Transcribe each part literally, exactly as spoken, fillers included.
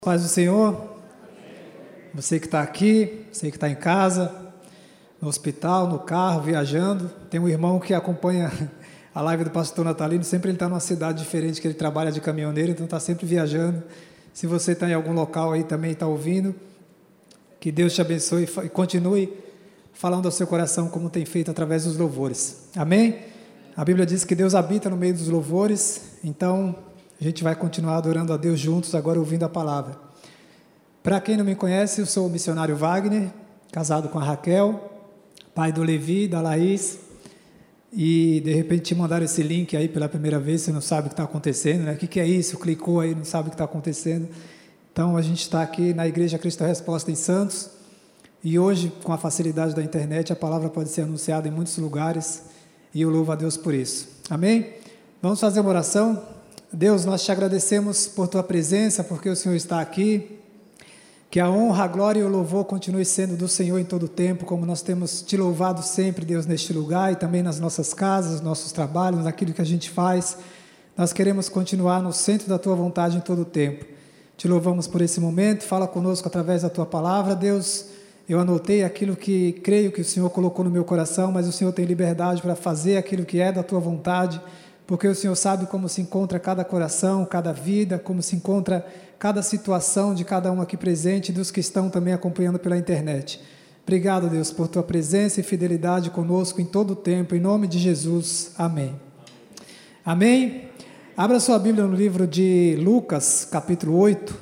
Paz do Senhor, você que está aqui, você que está em casa, no hospital, no carro, viajando. Tem um irmão que acompanha a live do pastor Natalino, sempre ele está numa cidade diferente, que ele trabalha de caminhoneiro, então está sempre viajando. Se você está em algum local aí também está ouvindo, que Deus te abençoe e continue falando ao seu coração como tem feito através dos louvores. Amém? A Bíblia diz que Deus habita no meio dos louvores, então a gente vai continuar adorando a Deus juntos, agora ouvindo a palavra. Para quem não me conhece, eu sou o missionário Wagner, casado com a Raquel, pai do Levi, da Laís, e de repente te mandaram esse link aí pela primeira vez, você não sabe o que está acontecendo, né? O que, que é isso? Clicou aí, não sabe o que está acontecendo. Então a gente está aqui na Igreja Cristo Resposta em Santos, e hoje, com a facilidade da internet, a palavra pode ser anunciada em muitos lugares, e eu louvo a Deus por isso. Amém? Vamos fazer uma oração? Deus, nós te agradecemos por tua presença, porque o Senhor está aqui, que a honra, a glória e o louvor continue sendo do Senhor em todo o tempo, como nós temos te louvado sempre, Deus, neste lugar e também nas nossas casas, nos nossos trabalhos, naquilo que a gente faz. Nós queremos continuar no centro da tua vontade em todo o tempo. Te louvamos por esse momento, fala conosco através da tua palavra. Deus, eu anotei aquilo que creio que o Senhor colocou no meu coração, mas o Senhor tem liberdade para fazer aquilo que é da tua vontade, porque o Senhor sabe como se encontra cada coração, cada vida, como se encontra cada situação de cada um aqui presente e dos que estão também acompanhando pela internet. Obrigado, Deus, por tua presença e fidelidade conosco em todo o tempo, em nome de Jesus. Amém. Amém? Abra sua Bíblia no livro de Lucas, capítulo oito.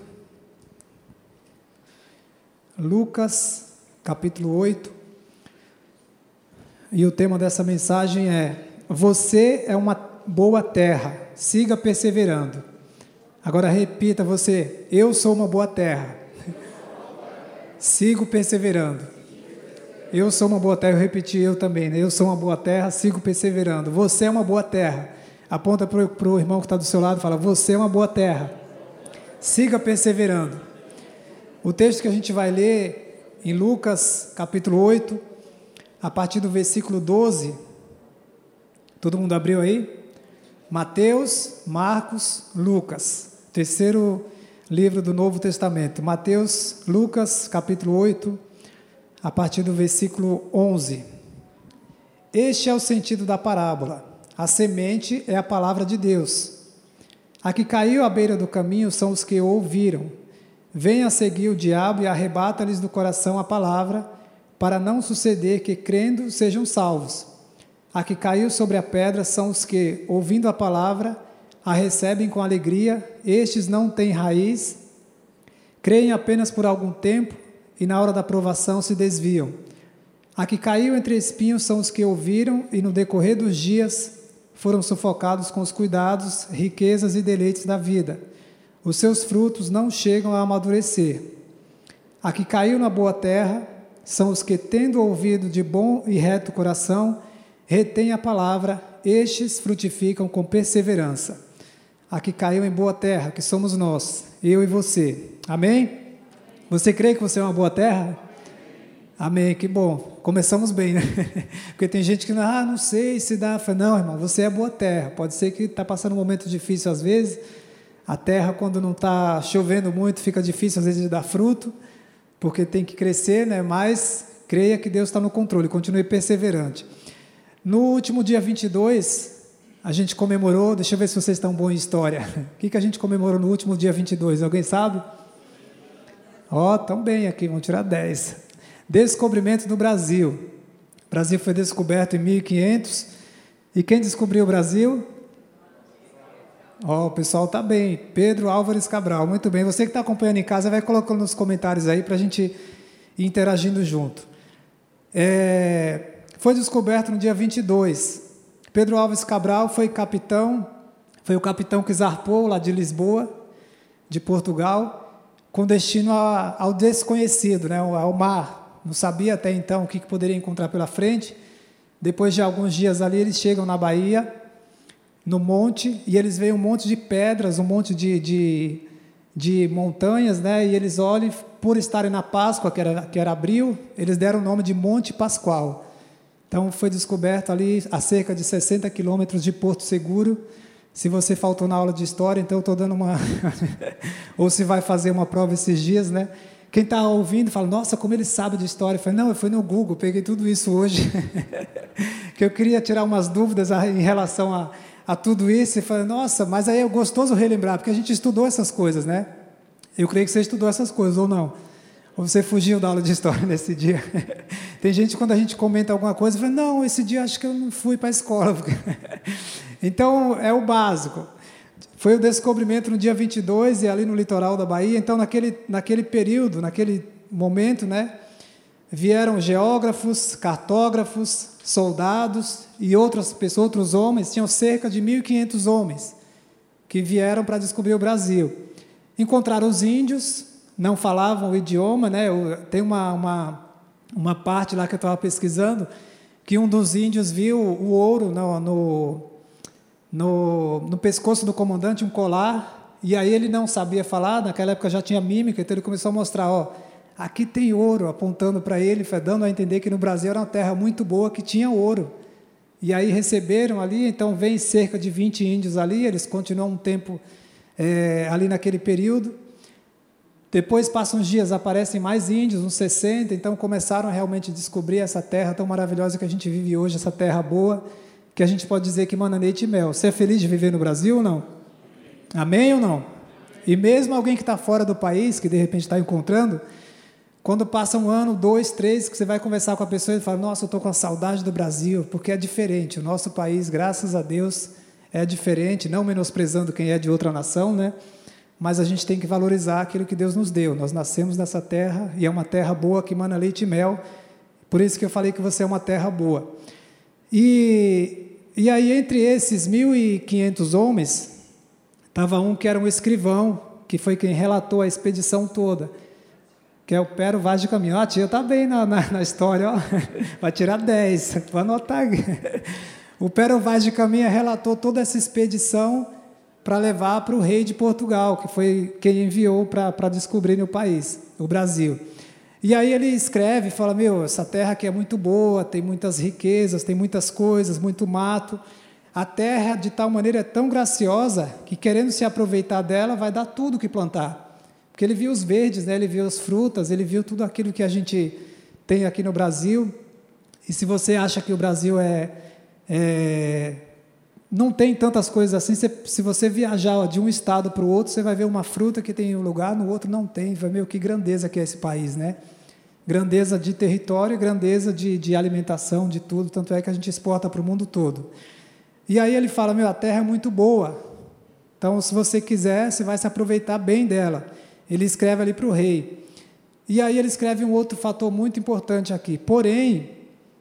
Lucas, capítulo oito. E o tema dessa mensagem é: você é uma boa terra, siga perseverando. Agora repita você: eu sou uma boa terra, sigo perseverando. Eu sou uma boa terra, eu repeti eu também, né? Eu sou uma boa terra, sigo perseverando. Você é uma boa terra. Aponta para o irmão que está do seu lado e fala: você é uma boa terra, siga perseverando. O texto que a gente vai ler em Lucas capítulo oito, a partir do versículo doze, todo mundo abriu aí? Mateus, Marcos, Lucas, terceiro livro do Novo Testamento. Mateus, Lucas, capítulo oito, a partir do versículo onze. Este é o sentido da parábola. A semente é a palavra de Deus. A que caiu à beira do caminho são os que ouviram. Vem a seguir o diabo e arrebata-lhes do coração a palavra, para não suceder que, crendo, sejam salvos. A que caiu sobre a pedra são os que, ouvindo a palavra, a recebem com alegria. Estes não têm raiz, creem apenas por algum tempo e na hora da provação se desviam. A que caiu entre espinhos são os que ouviram e no decorrer dos dias foram sufocados com os cuidados, riquezas e deleites da vida. Os seus frutos não chegam a amadurecer. A que caiu na boa terra são os que, tendo ouvido de bom e reto coração, retém a palavra, estes frutificam com perseverança. A que caiu em boa terra, que somos nós, eu e você. Amém? Você crê que você é uma boa terra? Amém, que bom. Começamos bem, né? Porque tem gente que, ah, não sei se dá. Não, irmão, você é boa terra. Pode ser que está passando um momento difícil às vezes. A terra, quando não está chovendo muito, fica difícil às vezes de dar fruto, porque tem que crescer, né? Mas creia que Deus está no controle, continue perseverante. No último dia vinte e dois, a gente comemorou, deixa eu ver se vocês estão bons em história. O que, que a gente comemorou no último dia vinte e dois? Alguém sabe? Ó, oh, estão bem aqui, vão tirar dez. Descobrimento do Brasil. O Brasil foi descoberto em mil e quinhentos. E quem descobriu o Brasil? Ó, oh, o pessoal está bem. Pedro Álvares Cabral, muito bem. Você que está acompanhando em casa, vai colocando nos comentários aí para a gente ir interagindo junto. É... Foi descoberto no dia vinte e dois. Pedro Álvares Cabral foi capitão, foi o capitão que zarpou lá de Lisboa, de Portugal, com destino a, ao desconhecido, né, ao mar. Não sabia até então o que, que poderia encontrar pela frente. Depois de alguns dias ali, eles chegam na Bahia, no monte, e eles veem um monte de pedras, um monte de, de, de montanhas, né, e eles olham, por estarem na Páscoa, que era, que era abril, eles deram o nome de Monte Pascoal. Então, foi descoberto ali a cerca de sessenta quilômetros de Porto Seguro, Se você faltou na aula de história, então eu estou dando uma... Ou se vai fazer uma prova esses dias, né? Quem está ouvindo fala, nossa, como ele sabe de história. Eu falei, não, eu fui no Google, peguei tudo isso hoje. Que eu queria tirar umas dúvidas em relação a, a tudo isso. E falei, nossa, mas aí é gostoso relembrar, porque a gente estudou essas coisas, né? Eu creio que você estudou essas coisas, ou não? Ou você fugiu da aula de história nesse dia? Tem gente, quando a gente comenta alguma coisa, fala, não, esse dia acho que eu não fui para a escola. Então, é o básico. Foi o descobrimento no dia vinte e dois, e ali no litoral da Bahia. Então, naquele, naquele período, naquele momento, né, vieram geógrafos, cartógrafos, soldados e outras pessoas, outros homens. Tinham cerca de mil e quinhentos homens que vieram para descobrir o Brasil. Encontraram os índios, não falavam o idioma, né? Tem uma, uma, uma parte lá que eu estava pesquisando, que um dos índios viu o ouro no, no, no, no pescoço do comandante, um colar, e aí ele não sabia falar, naquela época já tinha mímica, então ele começou a mostrar, ó, aqui tem ouro, apontando para ele, dando a entender que no Brasil era uma terra muito boa, que tinha ouro. E aí receberam ali, então vem cerca de vinte índios ali, eles continuam um tempo é, ali naquele período. Depois, passam uns dias, aparecem mais índios, uns sessenta, então começaram a realmente descobrir essa terra tão maravilhosa que a gente vive hoje, essa terra boa, que a gente pode dizer que mana leite e mel. Você é feliz de viver no Brasil ou não? Amém ou não? E mesmo alguém que está fora do país, que de repente está encontrando, quando passa um ano, dois, três, que você vai conversar com a pessoa e fala, nossa, eu estou com a saudade do Brasil, porque é diferente. O nosso país, graças a Deus, é diferente, não menosprezando quem é de outra nação, né? Mas a gente tem que valorizar aquilo que Deus nos deu. Nós nascemos nessa terra, e é uma terra boa que mana leite e mel, por isso que eu falei que você é uma terra boa. E, e aí, entre esses mil e quinhentos homens, estava um que era um escrivão, que foi quem relatou a expedição toda, que é o Pero Vaz de Caminha. Ah, a tia está bem na, na, na história, ó. Vai tirar dez, vou anotar aqui. O Pero Vaz de Caminha relatou toda essa expedição para levar para o rei de Portugal, que foi quem enviou para descobrir o país, o Brasil. E aí ele escreve e fala, meu, essa terra aqui é muito boa, tem muitas riquezas, tem muitas coisas, muito mato. A terra, de tal maneira, é tão graciosa que, querendo se aproveitar dela, vai dar tudo o que plantar. Porque ele viu os verdes, né? Ele viu as frutas, ele viu tudo aquilo que a gente tem aqui no Brasil. E se você acha que o Brasil é... é não tem tantas coisas assim, se, se você viajar de um estado para o outro, você vai ver uma fruta que tem um lugar, no outro não tem, vai ver que grandeza que é esse país, né? Grandeza de território, grandeza de, de alimentação, de tudo, tanto é que a gente exporta para o mundo todo. E aí ele fala, meu, a terra é muito boa, então se você quiser, você vai se aproveitar bem dela. Ele escreve ali para o rei. E aí ele escreve um outro fator muito importante aqui, porém,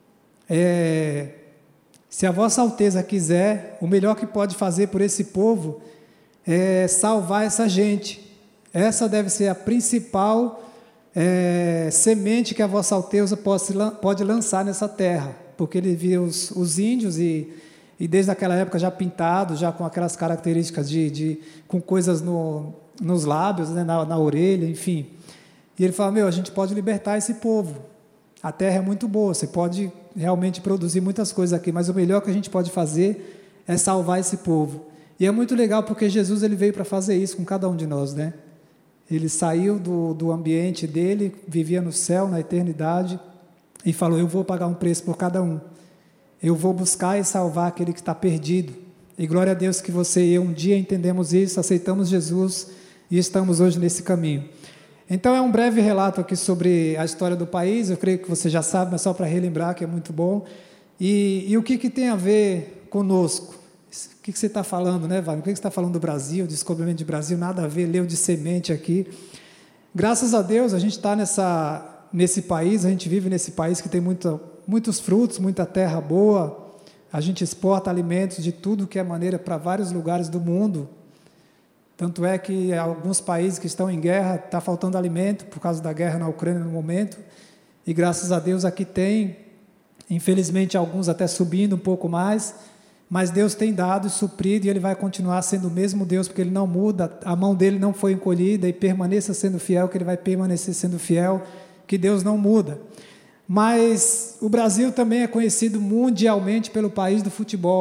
é... se a vossa alteza quiser, o melhor que pode fazer por esse povo é salvar essa gente. Essa deve ser a principal é, semente que a vossa alteza pode, pode lançar nessa terra, porque ele viu os, os índios e, e desde aquela época já pintados, já com aquelas características de, de com coisas no, nos lábios, né, na, na orelha, enfim. E ele fala, meu, a gente pode libertar esse povo. A terra é muito boa, você pode realmente produzir muitas coisas aqui, mas o melhor que a gente pode fazer é salvar esse povo. E é muito legal porque Jesus ele veio para fazer isso com cada um de nós, né? Ele saiu do, do ambiente dele, vivia no céu, na eternidade, e falou, eu vou pagar um preço por cada um. Eu vou buscar e salvar aquele que está perdido. E glória a Deus que você e eu um dia entendemos isso, aceitamos Jesus e estamos hoje nesse caminho. Então, é um breve relato aqui sobre a história do país, eu creio que você já sabe, mas só para relembrar, que é muito bom. E, e o que, que tem a ver conosco? O que, que você está falando, né, Wagner? O que, que você está falando do Brasil, descobrimento de Brasil? Nada a ver, leu de semente aqui. Graças a Deus, a gente está nessa, nesse país, a gente vive nesse país que tem muita, muitos frutos, muita terra boa, a gente exporta alimentos de tudo que é maneira para vários lugares do mundo. Tanto é que alguns países que estão em guerra, está faltando alimento por causa da guerra na Ucrânia no momento, e graças a Deus aqui tem, infelizmente alguns até subindo um pouco mais, mas Deus tem dado e suprido, e Ele vai continuar sendo o mesmo Deus, porque Ele não muda, a mão dEle não foi encolhida, e permaneça sendo fiel, que Ele vai permanecer sendo fiel, que Deus não muda. Mas o Brasil também é conhecido mundialmente pelo país do futebol.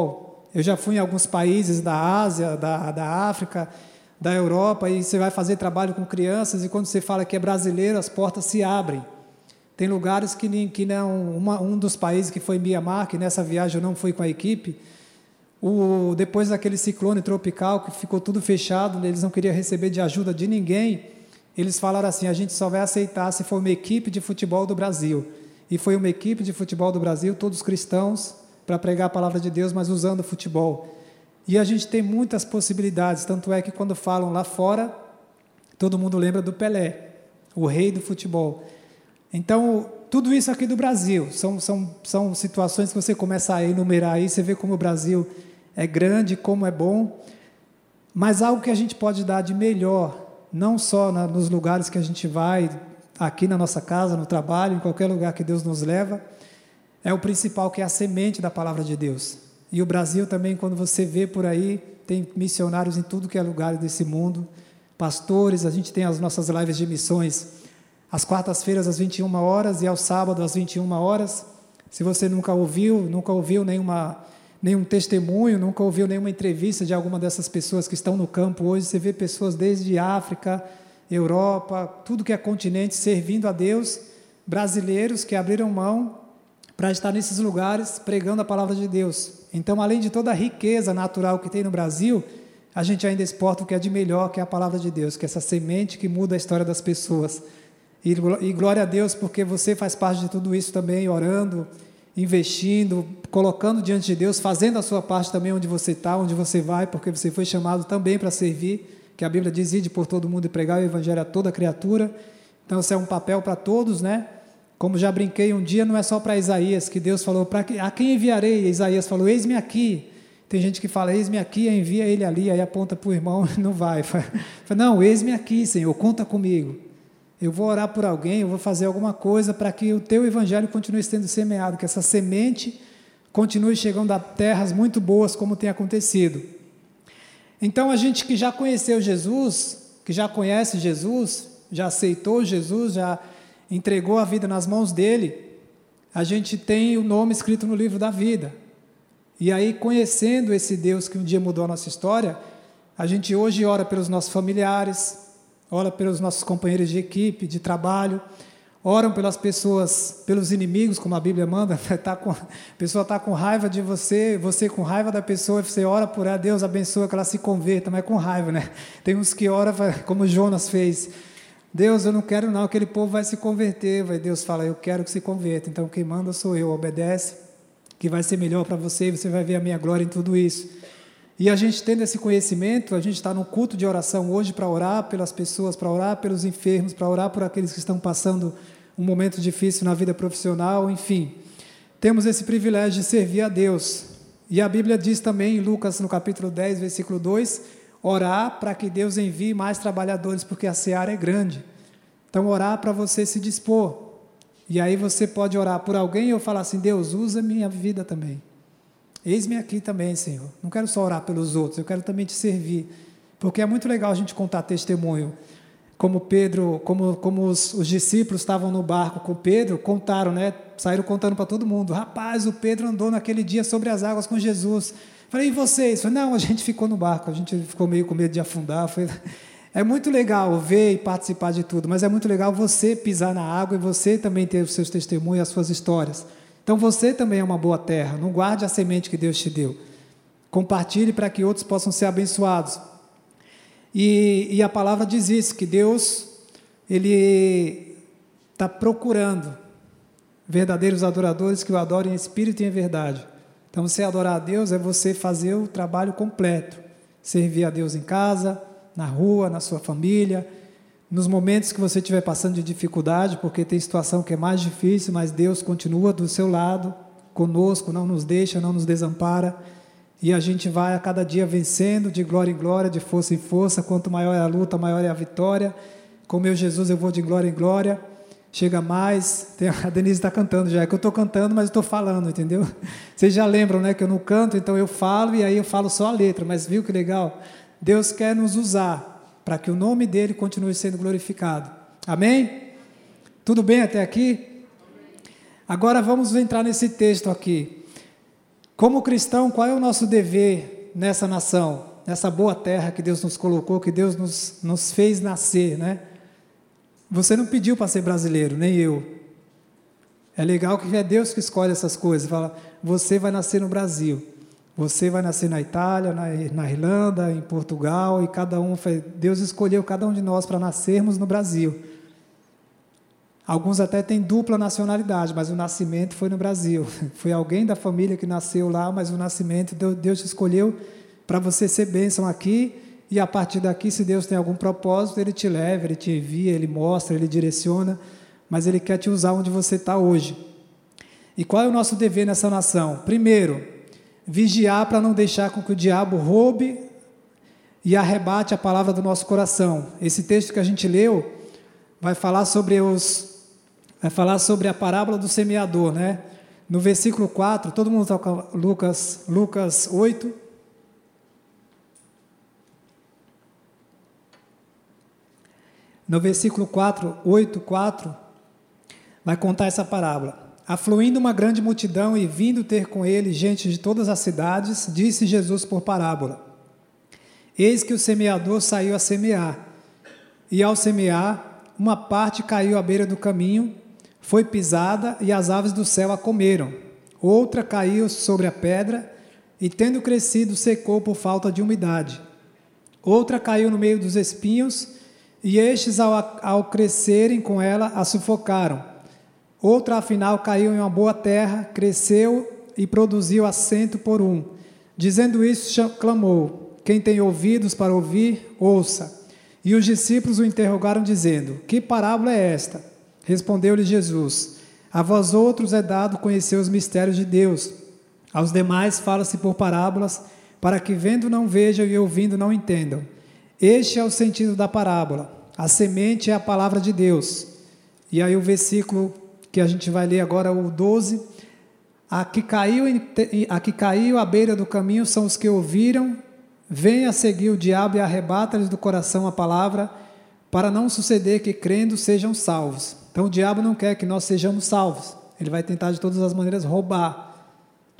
Eu já fui em alguns países da Ásia, da, da África, da Europa, e você vai fazer trabalho com crianças, e quando você fala que é brasileiro, as portas se abrem. Tem lugares que, nem, que não... Uma, um dos países que foi Mianmar, que nessa viagem eu não fui com a equipe, o, depois daquele ciclone tropical, que ficou tudo fechado, eles não queriam receber de ajuda de ninguém, eles falaram assim, a gente só vai aceitar se for uma equipe de futebol do Brasil. E foi uma equipe de futebol do Brasil, todos cristãos, para pregar a palavra de Deus, mas usando o futebol. E a gente tem muitas possibilidades, tanto é que quando falam lá fora, todo mundo lembra do Pelé, o rei do futebol. Então, tudo isso aqui do Brasil, são, são, são situações que você começa a enumerar aí, você vê como o Brasil é grande, como é bom, mas algo que a gente pode dar de melhor, não só na, nos lugares que a gente vai, aqui na nossa casa, no trabalho, em qualquer lugar que Deus nos leva, é o principal, que é a semente da palavra de Deus. E o Brasil também, quando você vê por aí, tem missionários em tudo que é lugar desse mundo, pastores, a gente tem as nossas lives de missões, às quartas-feiras às vinte e uma horas e aos sábados às vinte e uma horas. Se você nunca ouviu, nunca ouviu nenhuma, nenhum testemunho, nunca ouviu nenhuma entrevista de alguma dessas pessoas que estão no campo hoje, você vê pessoas desde África, Europa, tudo que é continente, servindo a Deus, brasileiros que abriram mão para estar nesses lugares pregando a palavra de Deus. Então, além de toda a riqueza natural que tem no Brasil, a gente ainda exporta o que é de melhor, que é a palavra de Deus, que é essa semente que muda a história das pessoas. E, e glória a Deus, porque você faz parte de tudo isso também, orando, investindo, colocando diante de Deus, fazendo a sua parte também onde você está, onde você vai, porque você foi chamado também para servir, que a Bíblia diz, ide por todo mundo e pregar o evangelho a toda criatura. Então, isso é um papel para todos, né? Como já brinquei um dia, não é só para Isaías, que Deus falou, para a quem enviarei? E Isaías falou, eis-me aqui. Tem gente que fala, eis-me aqui, envia ele ali, aí aponta para o irmão e não vai. Fala, não, eis-me aqui, Senhor, conta comigo. Eu vou orar por alguém, eu vou fazer alguma coisa para que o teu evangelho continue sendo semeado, que essa semente continue chegando a terras muito boas, como tem acontecido. Então, a gente que já conheceu Jesus, que já conhece Jesus, já aceitou Jesus, já entregou a vida nas mãos dele, a gente tem o nome escrito no livro da vida. E aí, conhecendo esse Deus que um dia mudou a nossa história, a gente hoje ora pelos nossos familiares, ora pelos nossos companheiros de equipe, de trabalho, oram pelas pessoas, pelos inimigos, como a Bíblia manda, tá com, a pessoa está com raiva de você, você com raiva da pessoa, você ora por ela, Deus abençoa que ela se converta, mas com raiva, né? Tem uns que oram como Jonas fez, Deus, eu não quero não, aquele povo vai se converter, vai, Deus fala, eu quero que se converta, então quem manda sou eu, obedece, que vai ser melhor para você, você vai ver a minha glória em tudo isso. E a gente tendo esse conhecimento, a gente está num culto de oração hoje para orar pelas pessoas, para orar pelos enfermos, para orar por aqueles que estão passando um momento difícil na vida profissional, enfim. Temos esse privilégio de servir a Deus. E a Bíblia diz também em Lucas, no capítulo dez, versículo dois, orar para que Deus envie mais trabalhadores, porque a seara é grande. Então, orar para você se dispor. E aí você pode orar por alguém ou falar assim, Deus, usa minha vida também. Eis-me aqui também, Senhor. Não quero só orar pelos outros, eu quero também te servir. Porque é muito legal a gente contar testemunho. Como Pedro, como, como os, os discípulos estavam no barco com Pedro, contaram, né? Saíram contando para todo mundo. Rapaz, o Pedro andou naquele dia sobre as águas com Jesus. Falei, e vocês? Falei, não, a gente ficou no barco, a gente ficou meio com medo de afundar. Falei, é muito legal ver e participar de tudo, mas é muito legal você pisar na água e você também ter os seus testemunhos, as suas histórias. Então você também é uma boa terra, não guarde a semente que Deus te deu. Compartilhe para que outros possam ser abençoados. E, e a palavra diz isso, que Deus, Ele está procurando verdadeiros adoradores que o adorem em espírito e em verdade. Então você adorar a Deus é você fazer o trabalho completo, servir a Deus em casa, na rua, na sua família, nos momentos que você estiver passando de dificuldade, porque tem situação que é mais difícil, mas Deus continua do seu lado, conosco, não nos deixa, não nos desampara, e a gente vai a cada dia vencendo de glória em glória, de força em força. Quanto maior é a luta, maior é a vitória. Com meu Jesus eu vou de glória em glória, chega mais. Tem, a Denise está cantando já, é que eu estou cantando, mas estou falando, entendeu? Vocês já lembram, né, que eu não canto, então eu falo e aí eu falo só a letra, mas viu que legal? Deus quer nos usar para que o nome dele continue sendo glorificado. Amém? Tudo bem até aqui? Agora vamos entrar nesse texto aqui. Como cristão, qual é o nosso dever nessa nação, nessa boa terra que Deus nos colocou, que Deus nos, nos fez nascer, né? Você não pediu para ser brasileiro, nem eu. É legal que é Deus que escolhe essas coisas. Fala, você vai nascer no Brasil, você vai nascer na Itália, na, na Irlanda, em Portugal, e cada um, Deus escolheu cada um de nós para nascermos no Brasil. Alguns até têm dupla nacionalidade, mas o nascimento foi no Brasil. Foi alguém da família que nasceu lá, mas o nascimento, Deus te escolheu para você ser bênção aqui, e a partir daqui, se Deus tem algum propósito, Ele te leva, Ele te envia, Ele mostra, Ele direciona, mas Ele quer te usar onde você está hoje. E qual é o nosso dever nessa nação? Primeiro, vigiar para não deixar com que o diabo roube e arrebate a palavra do nosso coração. Esse texto que a gente leu vai falar sobre os... Vai falar sobre a parábola do semeador, né? No versículo quatro, todo mundo está com Lucas, Lucas oito. No versículo quatro, oito, quatro, vai contar essa parábola. Afluindo uma grande multidão e vindo ter com ele gente de todas as cidades, disse Jesus por parábola: Eis que o semeador saiu a semear, e ao semear, uma parte caiu à beira do caminho, foi pisada e as aves do céu a comeram. Outra caiu sobre a pedra e, tendo crescido, secou por falta de umidade. Outra caiu no meio dos espinhos e estes, ao, ao crescerem com ela, a sufocaram. Outra, afinal, caiu em uma boa terra, cresceu e produziu a cento por um. Dizendo isso, clamou: Quem tem ouvidos para ouvir, ouça. E os discípulos o interrogaram, dizendo: Que parábola é esta? Respondeu-lhe Jesus: A vós outros é dado conhecer os mistérios de Deus. Aos demais fala-se por parábolas, para que vendo não vejam e ouvindo não entendam. Este é o sentido da parábola. A semente é a palavra de Deus. E aí o versículo que a gente vai ler agora, o doze. A que caiu, em, a que caiu à beira do caminho são os que ouviram, vem a seguir o diabo e arrebata-lhes do coração a palavra, para não suceder que, crendo, sejam salvos. Então o diabo não quer que nós sejamos salvos. Ele vai tentar de todas as maneiras roubar,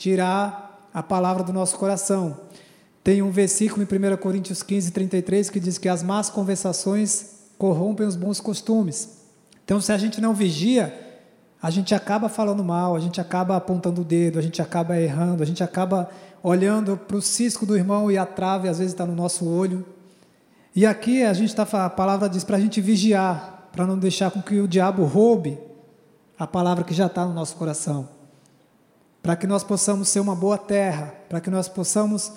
tirar a palavra do nosso coração. Tem um versículo em primeira Coríntios quinze, trinta e três, que diz que as más conversações corrompem os bons costumes. Então, se a gente não vigia, a gente acaba falando mal, a gente acaba apontando o dedo, a gente acaba errando, a gente acaba olhando para o cisco do irmão e a trave às vezes está no nosso olho. E aqui a gente tá, a palavra diz para a gente vigiar, para não deixar com que o diabo roube a palavra que já está no nosso coração, para que nós possamos ser uma boa terra, para que nós possamos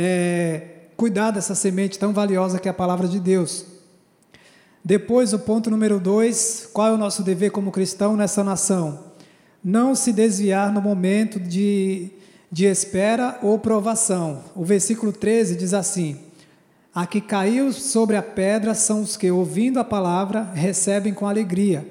é, cuidar dessa semente tão valiosa que é a palavra de Deus. Depois, o ponto número dois, qual é o nosso dever como cristão nessa nação? Não se desviar no momento de, de espera ou provação. O versículo treze diz assim: A que caiu sobre a pedra são os que, ouvindo a palavra, recebem com alegria.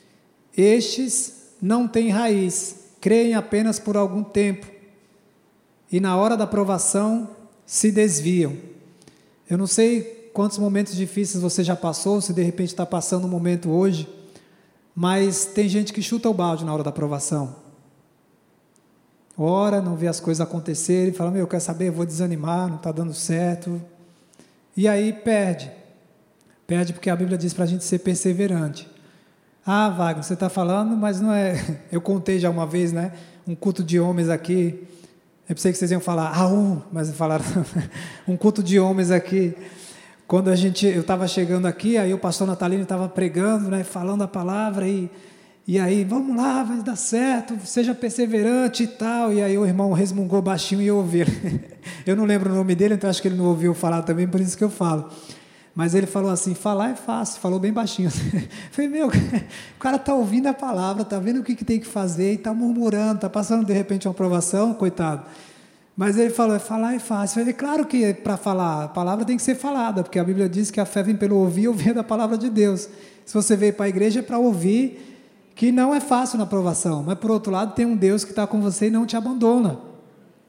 Estes não têm raiz, creem apenas por algum tempo, e na hora da provação se desviam. Eu não sei quantos momentos difíceis você já passou, se de repente está passando um momento hoje, mas tem gente que chuta o balde na hora da provação. Ora, não vê as coisas acontecerem, fala: meu, quer saber, eu vou desanimar, não está dando certo. E aí perde, perde porque a Bíblia diz para a gente ser perseverante. Ah, Wagner, você está falando, mas não é... Eu contei já uma vez, né, um culto de homens aqui, eu pensei que vocês iam falar, ah, um, mas falaram, um culto de homens aqui, quando a gente, eu estava chegando aqui, aí o pastor Natalino estava pregando, né, falando a palavra, e, e aí, vamos lá, vai dar certo, seja perseverante e tal, e aí o irmão resmungou baixinho e eu ouvi. Eu não lembro o nome dele, então acho que ele não ouviu falar também, por isso que eu falo. Mas ele falou assim: falar é fácil, falou bem baixinho. Eu falei: meu, o cara está ouvindo a palavra, está vendo o que, que tem que fazer, e está murmurando, está passando de repente uma aprovação, coitado. Mas ele falou: falar é fácil. Eu falei: claro que para falar, a palavra tem que ser falada, porque a Bíblia diz que a fé vem pelo ouvir e ouvir da palavra de Deus. Se você veio para a igreja é para ouvir, que não é fácil na aprovação, mas por outro lado tem um Deus que está com você e não te abandona.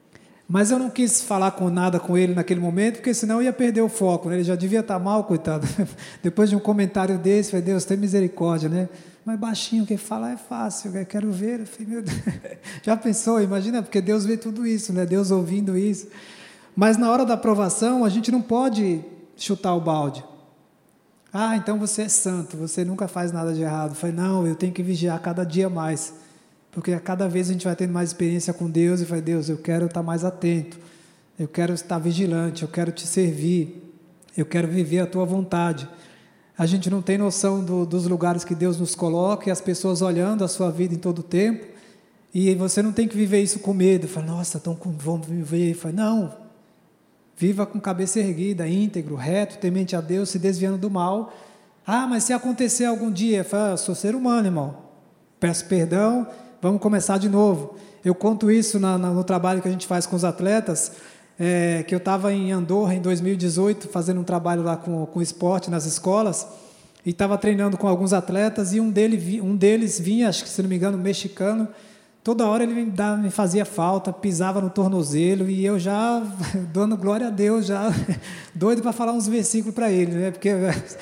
Mas eu não quis falar com nada com ele naquele momento, porque senão eu ia perder o foco, né? Ele já devia estar mal, coitado. Depois de um comentário desse, falei, Deus, tem misericórdia, né? Mas baixinho, quem fala é fácil, eu quero ver. Eu falei, meu Deus. Já pensou? Imagina, porque Deus vê tudo isso, né? Deus ouvindo isso. Mas na hora da aprovação, a gente não pode chutar o balde. Ah, então você é santo, você nunca faz nada de errado. Eu falei, não, eu tenho que vigiar cada dia mais. Porque a cada vez a gente vai tendo mais experiência com Deus e vai, Deus, eu quero estar mais atento, eu quero estar vigilante, eu quero te servir, eu quero viver a tua vontade. A gente não tem noção do, dos lugares que Deus nos coloca e as pessoas olhando a sua vida em todo o tempo, e você não tem que viver isso com medo. Fala, nossa, estão com, vão viver. Fala, não, viva com cabeça erguida, íntegro, reto, temente a Deus, se desviando do mal. Ah, mas se acontecer algum dia, fala, eu sou ser humano, irmão, peço perdão, vamos começar de novo. Eu conto isso na, na, no trabalho que a gente faz com os atletas, é, que eu estava em Andorra em dois mil e dezoito, fazendo um trabalho lá com, com esporte nas escolas, e estava treinando com alguns atletas, e um, dele, um deles vinha, acho que se não me engano, mexicano, toda hora ele me, dava, me fazia falta, pisava no tornozelo, e eu já, dando glória a Deus, já doido para falar uns versículos para ele, né? Porque...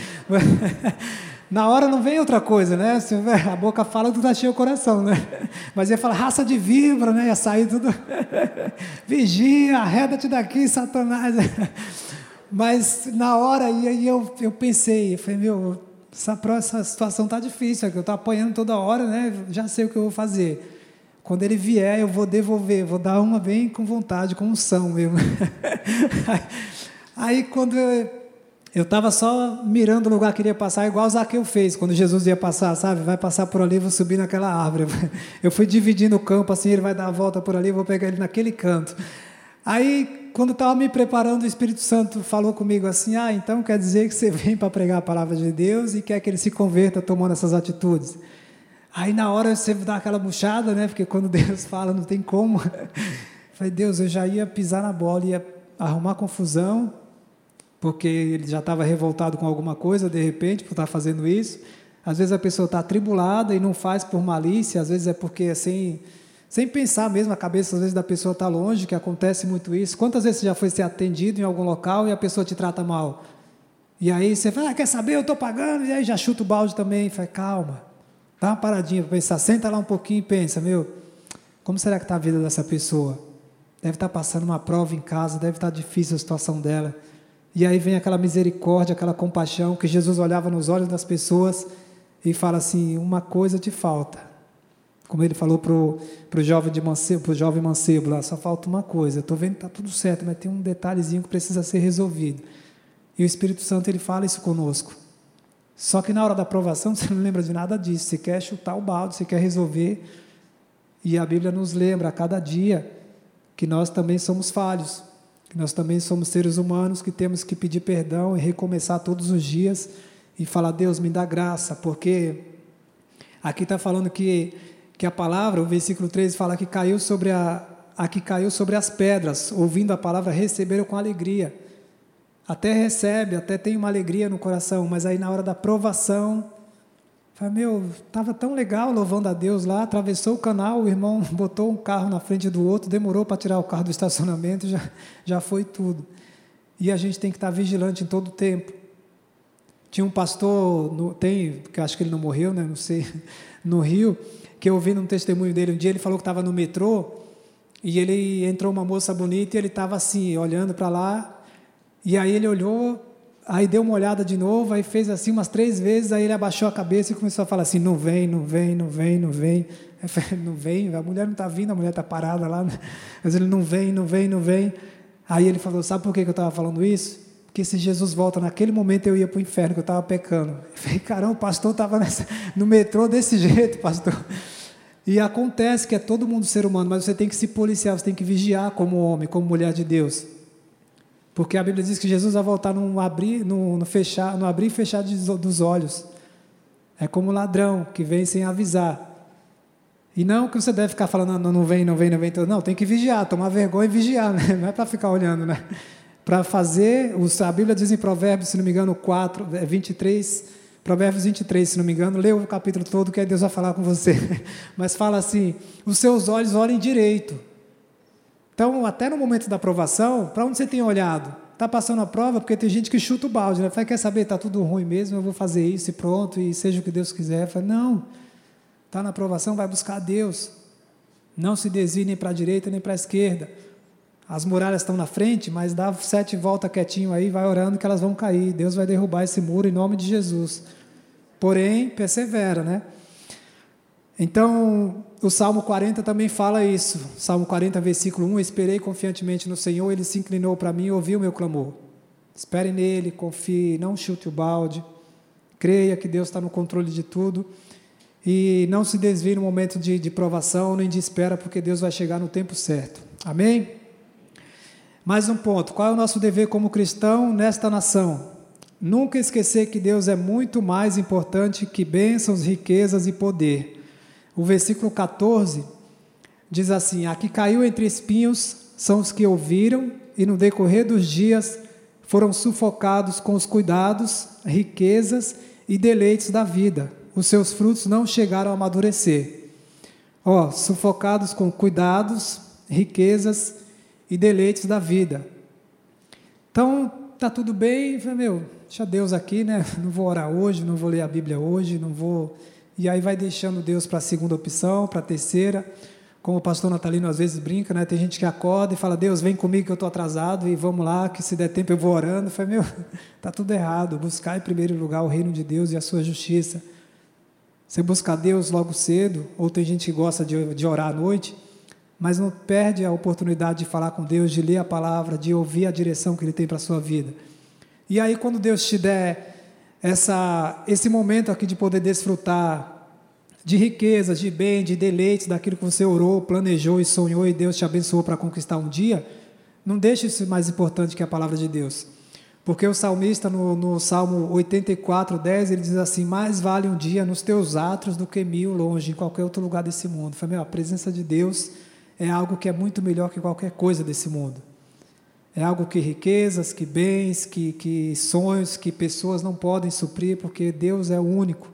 Na hora não vem outra coisa, né? A boca fala que está cheio o coração, né? Mas ia falar, raça de víbora, né? Ia sair tudo. Vigia, arreda-te daqui, Satanás. Mas na hora, e aí eu, eu pensei, eu falei, meu, essa, essa situação está difícil, eu estou apanhando toda hora, né? Já sei o que eu vou fazer. Quando ele vier, eu vou devolver, vou dar uma bem com vontade, com unção mesmo. Aí quando eu... Eu estava só mirando o lugar que ele ia passar, igual o Zaqueu fez, quando Jesus ia passar, sabe? Vai passar por ali, vou subir naquela árvore. Eu fui dividindo o campo, assim, ele vai dar a volta por ali, vou pegar ele naquele canto. Aí, quando estava me preparando, o Espírito Santo falou comigo assim, ah, então quer dizer que você vem para pregar a palavra de Deus e quer que ele se converta tomando essas atitudes. Aí, na hora, você dá aquela murchada, né? Porque quando Deus fala, não tem como. Falei, Deus, eu já ia pisar na bola, ia arrumar confusão, porque ele já estava revoltado com alguma coisa, de repente, por estar fazendo isso. Às vezes a pessoa está atribulada e não faz por malícia, às vezes é porque, assim, sem pensar mesmo, a cabeça às vezes da pessoa está longe, que acontece muito isso. Quantas vezes você já foi ser atendido em algum local e a pessoa te trata mal? E aí você fala, ah, quer saber, eu estou pagando, e aí já chuta o balde também. Fala, calma, dá uma paradinha para pensar, senta lá um pouquinho e pensa, meu, como será que está a vida dessa pessoa? Deve estar passando uma prova em casa, deve estar difícil a situação dela. E aí vem aquela misericórdia, aquela compaixão, que Jesus olhava nos olhos das pessoas e fala assim, uma coisa te falta. Como ele falou para o jovem, de mancebo, pro jovem mancebo lá, só falta uma coisa, eu estou vendo que está tudo certo, mas tem um detalhezinho que precisa ser resolvido. E o Espírito Santo, ele fala isso conosco. Só que na hora da aprovação, você não lembra de nada disso, você quer chutar o balde, você quer resolver. E a Bíblia nos lembra a cada dia que nós também somos falhos, que nós também somos seres humanos, que temos que pedir perdão e recomeçar todos os dias e falar, Deus, me dá graça, porque aqui está falando que, que a palavra, o versículo treze fala que caiu sobre a, a que caiu sobre as pedras, ouvindo a palavra, receberam com alegria. Até recebe, até tem uma alegria no coração, mas aí na hora da provação, fala, meu, estava tão legal louvando a Deus lá, atravessou o canal, o irmão botou um carro na frente do outro, demorou para tirar o carro do estacionamento, já, já foi tudo. E a gente tem que estar vigilante em todo o tempo. Tinha um pastor, no, tem, que acho que ele não morreu, né, não sei, no Rio, que eu ouvi num testemunho dele, um dia ele falou que estava no metrô, e ele entrou uma moça bonita, e ele estava assim, olhando para lá, e aí ele olhou, aí deu uma olhada de novo, aí fez assim umas três vezes, aí ele abaixou a cabeça e começou a falar assim, não vem, não vem, não vem, não vem. Eu falei, não vem, a mulher não está vindo, a mulher está parada lá, mas ele não vem, não vem, não vem. Aí ele falou, sabe por que eu estava falando isso? Porque se Jesus volta naquele momento eu ia para o inferno, que eu estava pecando. Eu falei, caramba, o pastor estava no metrô desse jeito, pastor. E acontece que é todo mundo ser humano, mas você tem que se policiar, você tem que vigiar como homem, como mulher de Deus. Porque a Bíblia diz que Jesus vai voltar no abrir, no, no fechar, no abrir e fechar de, dos olhos. É como um ladrão que vem sem avisar. E não que você deve ficar falando, não, não vem, não vem, não vem. Não, tem que vigiar, tomar vergonha e vigiar, né? Não é para ficar olhando, né? Para fazer, a Bíblia diz em Provérbios, se não me engano, quatro, vinte e três, Provérbios vinte e três, se não me engano, lê o capítulo todo que aí Deus vai falar com você. Mas fala assim, os seus olhos olhem direito. Então, até no momento da aprovação, para onde você tem olhado? Está passando a prova, porque tem gente que chuta o balde, né? Fala, quer saber, está tudo ruim mesmo, eu vou fazer isso e pronto, e seja o que Deus quiser. Fala, não, está na aprovação, vai buscar a Deus. Não se desvie nem para a direita nem para a esquerda. As muralhas estão na frente, mas dá sete voltas quietinho aí, vai orando que elas vão cair. Deus vai derrubar esse muro em nome de Jesus. Porém, persevera, né? Então, o Salmo quarenta também fala isso. Salmo quarenta, versículo um, esperei confiantemente no Senhor, Ele se inclinou para mim e ouviu o meu clamor. Espere nele, confie, não chute o balde, creia que Deus está no controle de tudo e não se desvie no momento de, de provação, nem de espera, porque Deus vai chegar no tempo certo. Amém? Mais um ponto, qual é o nosso dever como cristão nesta nação? Nunca esquecer que Deus é muito mais importante que bênçãos, riquezas e poder. O versículo catorze diz assim, a que caiu entre espinhos são os que ouviram e no decorrer dos dias foram sufocados com os cuidados, riquezas e deleites da vida. Os seus frutos não chegaram a amadurecer. Ó, sufocados com cuidados, riquezas e deleites da vida. Então, tá tudo bem, meu, deixa Deus aqui, né? Não vou orar hoje, não vou ler a Bíblia hoje, não vou... E aí vai deixando Deus para a segunda opção, para a terceira, como o pastor Natalino às vezes brinca, né? Tem gente que acorda e fala, Deus, vem comigo que eu estou atrasado, e vamos lá, que se der tempo eu vou orando. Eu falei, meu, está tudo errado, buscar em primeiro lugar o reino de Deus e a sua justiça. Você busca Deus logo cedo, ou tem gente que gosta de, de orar à noite, mas não perde a oportunidade de falar com Deus, de ler a palavra, de ouvir a direção que Ele tem para a sua vida. E aí quando Deus te der essa, esse momento aqui de poder desfrutar de riquezas, de bem, de deleites, daquilo que você orou, planejou e sonhou e Deus te abençoou para conquistar um dia, não deixe isso mais importante que a palavra de Deus. Porque o salmista, no, no Salmo oitenta e quatro, dez, ele diz assim, mais vale um dia nos teus atos do que mil longe, em qualquer outro lugar desse mundo. Falei, meu, a presença de Deus é algo que é muito melhor que qualquer coisa desse mundo. É algo que riquezas, que bens, que, que sonhos, que pessoas não podem suprir, porque Deus é o único.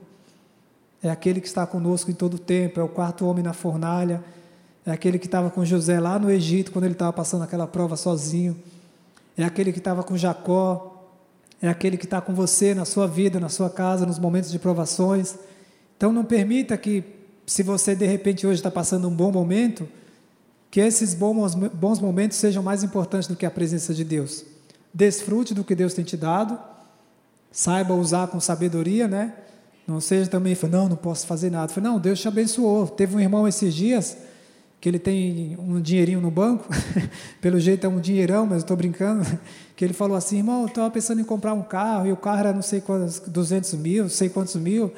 É aquele que está conosco em todo o tempo, é o quarto homem na fornalha, é aquele que estava com José lá no Egito, quando ele estava passando aquela prova sozinho, é aquele que estava com Jacó, é aquele que está com você na sua vida, na sua casa, nos momentos de provações. Então não permita que, se você de repente hoje está passando um bom momento, que esses bons, bons momentos sejam mais importantes do que a presença de Deus. Desfrute do que Deus tem te dado, saiba usar com sabedoria, né? Não seja também, não, não posso fazer nada. Falei, não, Deus te abençoou. Teve um irmão esses dias, que ele tem um dinheirinho no banco, pelo jeito é um dinheirão, mas eu estou brincando, que ele falou assim, irmão, eu estava pensando em comprar um carro, e o carro era não sei quantos, duzentos mil, não sei quantos mil,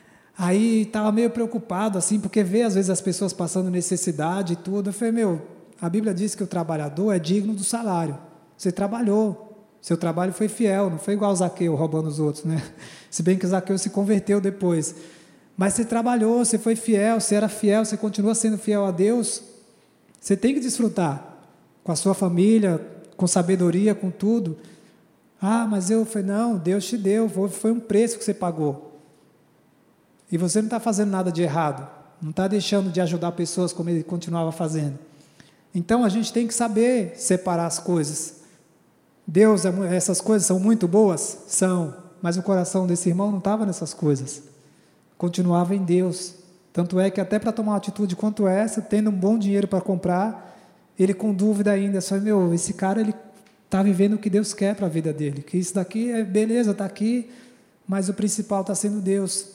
aí estava meio preocupado, assim, porque vê às vezes as pessoas passando necessidade e tudo. Eu falei, meu, a Bíblia diz que o trabalhador é digno do salário. Você trabalhou, seu trabalho foi fiel, não foi igual o Zaqueu roubando os outros, né? Se bem que o Zaqueu se converteu depois. Mas você trabalhou, você foi fiel, você era fiel, você continua sendo fiel a Deus. Você tem que desfrutar com a sua família, com sabedoria, com tudo. Ah, mas eu falei, não, Deus te deu, foi um preço que você pagou. E você não está fazendo nada de errado, não está deixando de ajudar pessoas como ele continuava fazendo. Então a gente tem que saber separar as coisas. Deus, essas coisas são muito boas? São, mas o coração desse irmão não estava nessas coisas, continuava em Deus. Tanto é que até para tomar uma atitude quanto essa, tendo um bom dinheiro para comprar, ele com dúvida ainda, só, meu, esse cara ele está vivendo o que Deus quer para a vida dele, que isso daqui é beleza, está aqui, mas o principal está sendo Deus.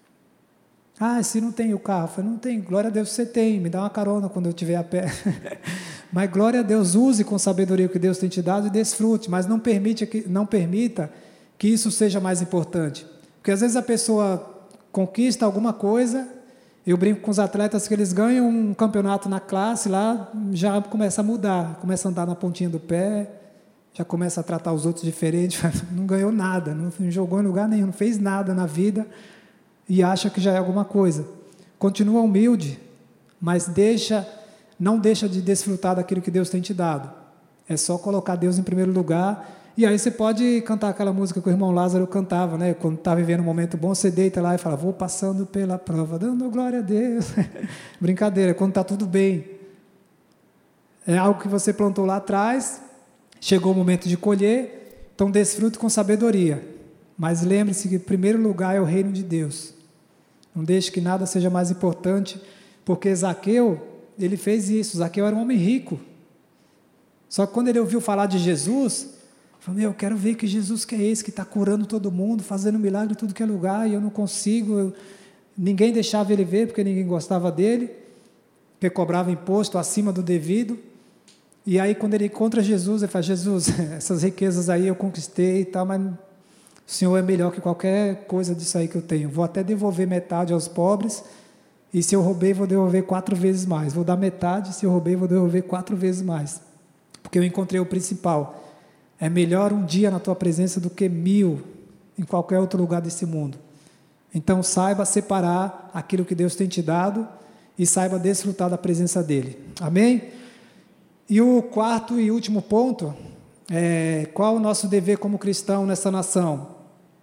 Ah, se não tem o carro, eu falei, não tem, glória a Deus você tem, me dá uma carona quando eu estiver a pé. Mas glória a Deus, use com sabedoria o que Deus tem te dado e desfrute, mas não, permite que, não permita que isso seja mais importante. Porque às vezes a pessoa conquista alguma coisa, eu brinco com os atletas que eles ganham um campeonato na classe, lá já começa a mudar, começa a andar na pontinha do pé, já começa a tratar os outros diferente, não ganhou nada, não jogou em lugar nenhum, não fez nada na vida, e acha que já é alguma coisa. Continua humilde, mas deixa, não deixa de desfrutar daquilo que Deus tem te dado. É só colocar Deus em primeiro lugar, e aí você pode cantar aquela música que o irmão Lázaro cantava, né? Quando está vivendo um momento bom, você deita lá e fala, vou passando pela prova, dando glória a Deus. Brincadeira, quando está tudo bem. É algo que você plantou lá atrás, chegou o momento de colher, então desfrute com sabedoria. Mas lembre-se que em primeiro lugar é o reino de Deus. Não deixe que nada seja mais importante, porque Zaqueu, ele fez isso. Zaqueu era um homem rico. Só que quando ele ouviu falar de Jesus, ele falou, meu, eu quero ver que Jesus que é esse, que está curando todo mundo, fazendo milagre em tudo que é lugar, e eu não consigo, eu... ninguém deixava ele ver, porque ninguém gostava dele, porque cobrava imposto acima do devido. E aí quando ele encontra Jesus, ele fala, Jesus, essas riquezas aí eu conquistei e tal, mas o Senhor é melhor que qualquer coisa disso aí que eu tenho. Vou até devolver metade aos pobres, e se eu roubei, vou devolver quatro vezes mais. Vou dar metade, se eu roubei, vou devolver quatro vezes mais. Porque eu encontrei o principal. É melhor um dia na tua presença do que mil em qualquer outro lugar desse mundo. Então saiba separar aquilo que Deus tem te dado e saiba desfrutar da presença dEle. Amém? E o quarto e último ponto, é, qual o nosso dever como cristão nessa nação?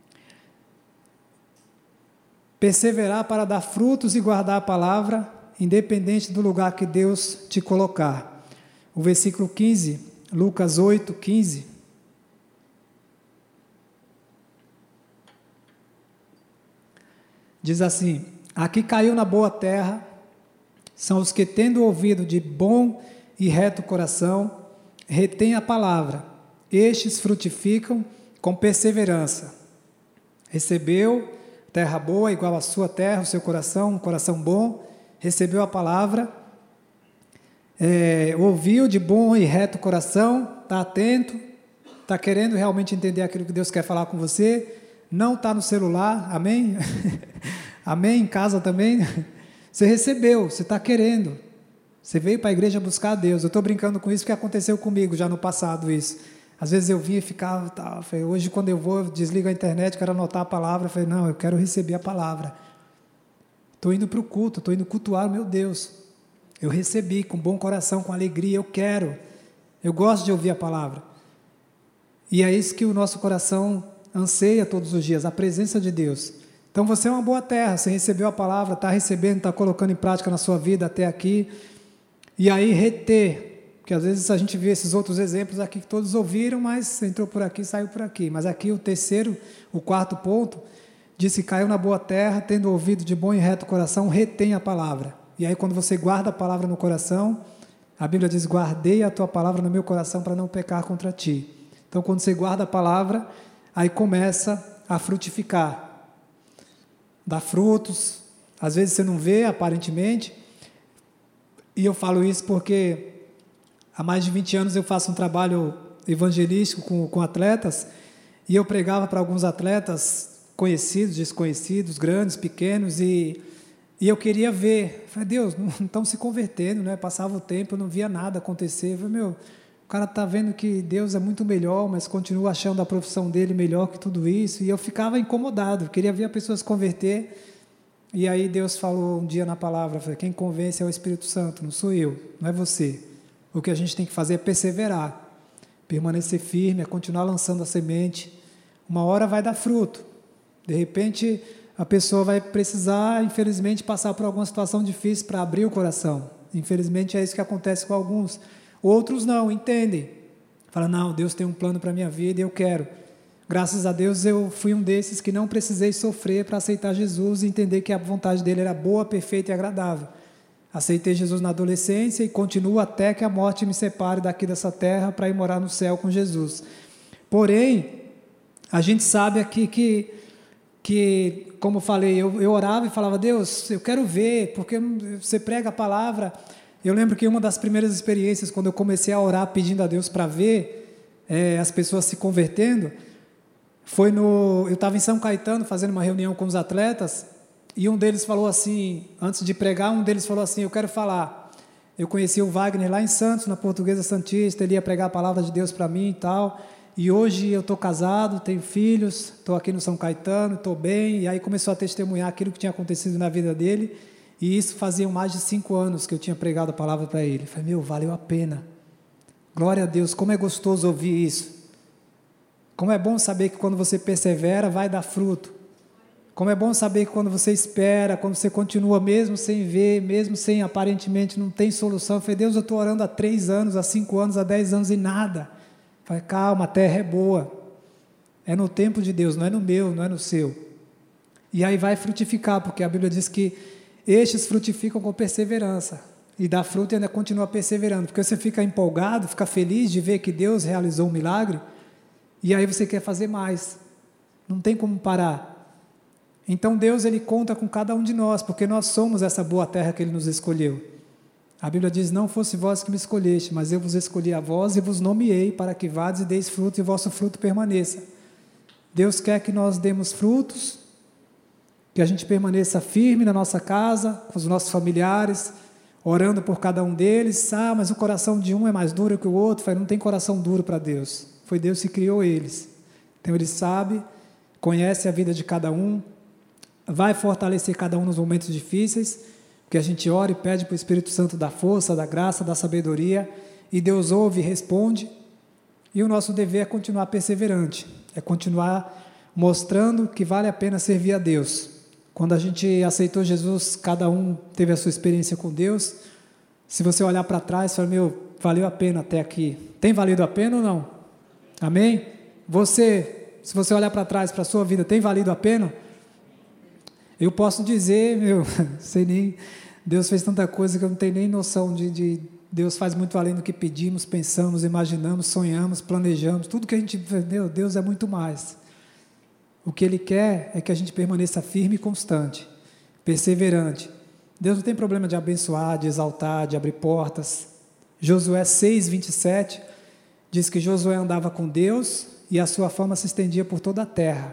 Perseverar para dar frutos e guardar a palavra, independente do lugar que Deus te colocar. O versículo quinze, Lucas oito, quinze. Diz assim, aqui caiu na boa terra, são os que tendo ouvido de bom e reto coração, retém a palavra, estes frutificam com perseverança. Recebeu terra boa, igual à sua terra, o seu coração, um coração bom, recebeu a palavra, é, ouviu de bom e reto coração, está atento, está querendo realmente entender aquilo que Deus quer falar com você, não está no celular, amém? Amém? Em casa também? Você recebeu, você está querendo. Você veio para a igreja buscar a Deus. Eu estou brincando com isso porque aconteceu comigo já no passado isso. Às vezes eu vinha e ficava, tá, falei, hoje quando eu vou, eu desligo a internet, quero anotar a palavra, eu falei, não, eu quero receber a palavra. Estou indo para o culto, estou indo cultuar o meu Deus. Eu recebi com bom coração, com alegria, eu quero. Eu gosto de ouvir a palavra. E é isso que o nosso coração anseia todos os dias, a presença de Deus. Então você é uma boa terra, você recebeu a palavra, está recebendo, está colocando em prática na sua vida até aqui. E aí reter, porque às vezes a gente vê esses outros exemplos aqui que todos ouviram, mas entrou por aqui, saiu por aqui. Mas aqui o terceiro, o quarto ponto, diz que caiu na boa terra, tendo ouvido de bom e reto coração, retém a palavra. E aí quando você guarda a palavra no coração, a Bíblia diz, guardei a tua palavra no meu coração para não pecar contra ti. Então quando você guarda a palavra, aí começa a frutificar, dá frutos, às vezes você não vê aparentemente. E eu falo isso porque há mais de vinte anos eu faço um trabalho evangelístico com, com atletas, e eu pregava para alguns atletas conhecidos, desconhecidos, grandes, pequenos, e, e eu queria ver, eu falei, Deus, não estão se convertendo, né? Passava o tempo, eu não via nada acontecer, eu falei, meu, o cara está vendo que Deus é muito melhor, mas continua achando a profissão dele melhor que tudo isso, e eu ficava incomodado, queria ver a pessoa se converter. E aí Deus falou um dia na palavra, falei, quem convence é o Espírito Santo, não sou eu, não é você. O que a gente tem que fazer é perseverar, permanecer firme, é continuar lançando a semente. Uma hora vai dar fruto. De repente, a pessoa vai precisar, infelizmente, passar por alguma situação difícil para abrir o coração. Infelizmente, é isso que acontece com alguns. Outros não, entendem. Falam, não, Deus tem um plano para a minha vida e eu quero. Graças a Deus eu fui um desses que não precisei sofrer para aceitar Jesus e entender que a vontade dele era boa, perfeita e agradável. Aceitei Jesus na adolescência e continuo até que a morte me separe daqui dessa terra para ir morar no céu com Jesus. Porém, a gente sabe aqui que, que como eu falei, eu, eu orava e falava, Deus, eu quero ver, porque você prega a palavra. Eu lembro que uma das primeiras experiências, quando eu comecei a orar pedindo a Deus para ver é, as pessoas se convertendo, foi no, eu estava em São Caetano fazendo uma reunião com os atletas, e um deles falou assim, antes de pregar, um deles falou assim, eu quero falar. Eu conheci o Wagner lá em Santos, na Portuguesa Santista, ele ia pregar a palavra de Deus para mim e tal, e hoje eu estou casado, tenho filhos, estou aqui no São Caetano, estou bem, e aí começou a testemunhar aquilo que tinha acontecido na vida dele, e isso fazia mais de cinco anos que eu tinha pregado a palavra para ele. Eu falei, meu, valeu a pena. Glória a Deus, como é gostoso ouvir isso. Como é bom saber que quando você persevera, vai dar fruto. Como é bom saber que quando você espera, quando você continua mesmo sem ver, mesmo sem aparentemente não tem solução. Eu falei, Deus, eu estou orando há três anos, há cinco anos, há dez anos e nada. Eu falei, calma, a terra é boa. É no tempo de Deus, não é no meu, não é no seu. E aí vai frutificar, porque a Bíblia diz que estes frutificam com perseverança. E dá fruto e ainda continua perseverando. Porque você fica empolgado, fica feliz de ver que Deus realizou um milagre, e aí você quer fazer mais. Não tem como parar. Então Deus, Ele conta com cada um de nós, porque nós somos essa boa terra que Ele nos escolheu. A Bíblia diz, não fosse vós que me escolheste, mas eu vos escolhi a vós e vos nomeei para que vades e deis fruto e vosso fruto permaneça. Deus quer que nós demos frutos, que a gente permaneça firme na nossa casa, com os nossos familiares, orando por cada um deles. Ah, mas o coração de um é mais duro que o outro. Falei, não tem coração duro para Deus. Foi Deus que criou eles. Então Ele sabe, conhece a vida de cada um, vai fortalecer cada um nos momentos difíceis, porque a gente ora e pede para o Espírito Santo da força, da graça, da sabedoria, e Deus ouve e responde, e o nosso dever é continuar perseverante, é continuar mostrando que vale a pena servir a Deus. Quando a gente aceitou Jesus, cada um teve a sua experiência com Deus. Se você olhar para trás, fala, meu, valeu a pena até aqui. Tem valido a pena ou não? Amém? Você, se você olhar para trás, para a sua vida, tem valido a pena? Eu posso dizer, meu, sei nem, Deus fez tanta coisa que eu não tenho nem noção de, de Deus faz muito além do que pedimos, pensamos, imaginamos, sonhamos, planejamos, tudo que a gente, meu Deus é muito mais. O que Ele quer é que a gente permaneça firme e constante, perseverante. Deus não tem problema de abençoar, de exaltar, de abrir portas. Josué seis, vinte e sete, diz que Josué andava com Deus e a sua fama se estendia por toda a terra.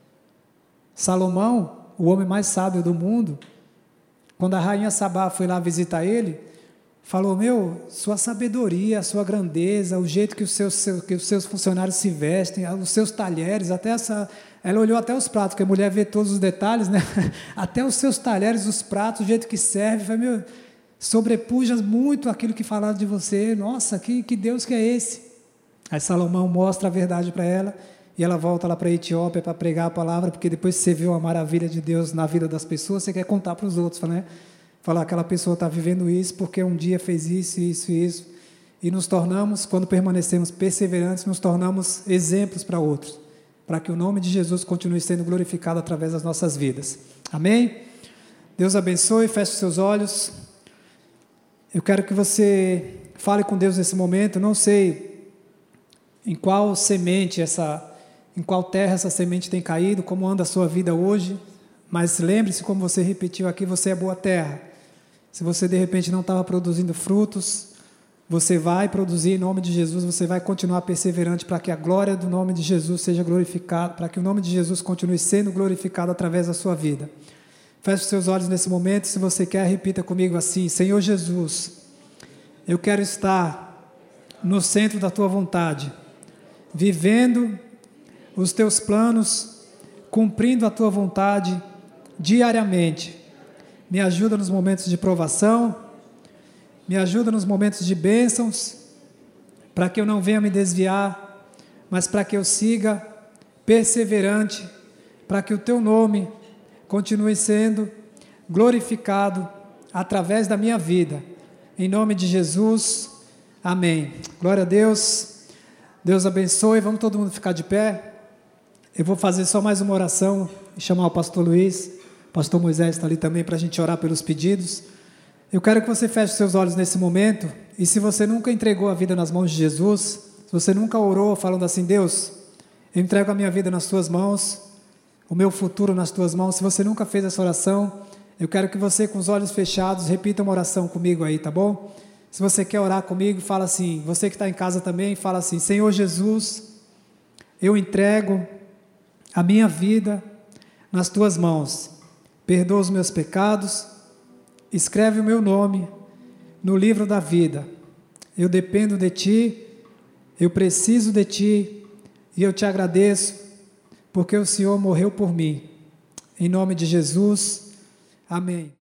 Salomão, o homem mais sábio do mundo, quando a rainha Sabá foi lá visitar ele, falou, meu, sua sabedoria, sua grandeza, o jeito que os seus, seu, que os seus funcionários se vestem, os seus talheres, até essa, ela olhou até os pratos, porque a mulher vê todos os detalhes, né? Até os seus talheres, os pratos, o jeito que serve, falei, meu, sobrepuja muito aquilo que falaram de você, nossa, que, que Deus que é esse? Aí Salomão mostra a verdade para ela, e ela volta lá para a Etiópia para pregar a palavra, porque depois que você viu a maravilha de Deus na vida das pessoas, você quer contar para os outros, né? Falar, aquela pessoa está vivendo isso, porque um dia fez isso, isso, isso, e nos tornamos, quando permanecemos perseverantes, nos tornamos exemplos para outros, para que o nome de Jesus continue sendo glorificado através das nossas vidas. Amém? Deus abençoe, feche os seus olhos. Eu quero que você fale com Deus nesse momento. Não sei em qual semente essa... em qual terra essa semente tem caído, como anda a sua vida hoje, mas lembre-se, como você repetiu aqui, você é boa terra. Se você de repente não estava produzindo frutos, você vai produzir em nome de Jesus, você vai continuar perseverante para que a glória do nome de Jesus seja glorificada, para que o nome de Jesus continue sendo glorificado através da sua vida. Feche os seus olhos nesse momento, se você quer, repita comigo assim, Senhor Jesus, eu quero estar no centro da Tua vontade, vivendo os Teus planos, cumprindo a Tua vontade diariamente. Me ajuda nos momentos de provação, me ajuda nos momentos de bênçãos, para que eu não venha me desviar, mas para que eu siga perseverante, para que o Teu nome continue sendo glorificado através da minha vida. Em nome de Jesus, amém. Glória a Deus, Deus abençoe. Vamos todo mundo ficar de pé. Eu vou fazer só mais uma oração e chamar o pastor Luiz, o pastor Moisés está ali também para a gente orar pelos pedidos. Eu quero que você feche seus olhos nesse momento, e se você nunca entregou a vida nas mãos de Jesus, se você nunca orou falando assim, Deus, eu entrego a minha vida nas Tuas mãos, o meu futuro nas Tuas mãos, se você nunca fez essa oração, eu quero que você com os olhos fechados repita uma oração comigo aí, tá bom? Se você quer orar comigo, fala assim, você que está em casa também, fala assim, Senhor Jesus, eu entrego a minha vida nas Tuas mãos, perdoa os meus pecados, escreve o meu nome no livro da vida, eu dependo de Ti, eu preciso de Ti, e eu Te agradeço, porque o Senhor morreu por mim, em nome de Jesus, amém.